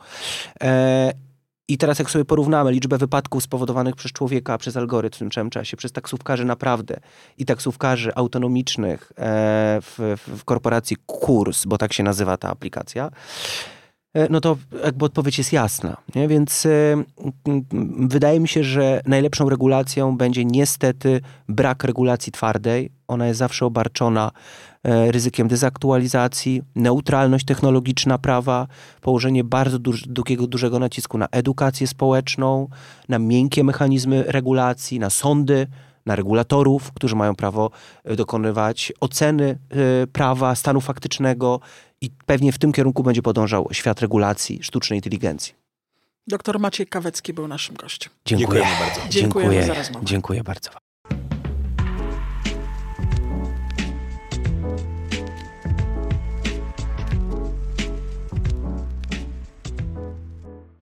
I teraz jak sobie porównamy liczbę wypadków spowodowanych przez człowieka, przez algorytm w tym samym czasie, przez taksówkarzy naprawdę i taksówkarzy autonomicznych w korporacji Kurs, bo tak się nazywa ta aplikacja, no to jakby odpowiedź jest jasna. Nie? Więc wydaje mi się, że najlepszą regulacją będzie niestety brak regulacji twardej. Ona jest zawsze obarczona ryzykiem dezaktualizacji, neutralność technologiczna prawa, położenie bardzo dużego nacisku na edukację społeczną, na miękkie mechanizmy regulacji, na sądy, na regulatorów, którzy mają prawo dokonywać oceny prawa, stanu faktycznego i pewnie w tym kierunku będzie podążał świat regulacji sztucznej inteligencji. Dr Maciej Kawecki był naszym gościem. Dziękuję bardzo. Dziękujemy za rozmowę. Dziękuję bardzo.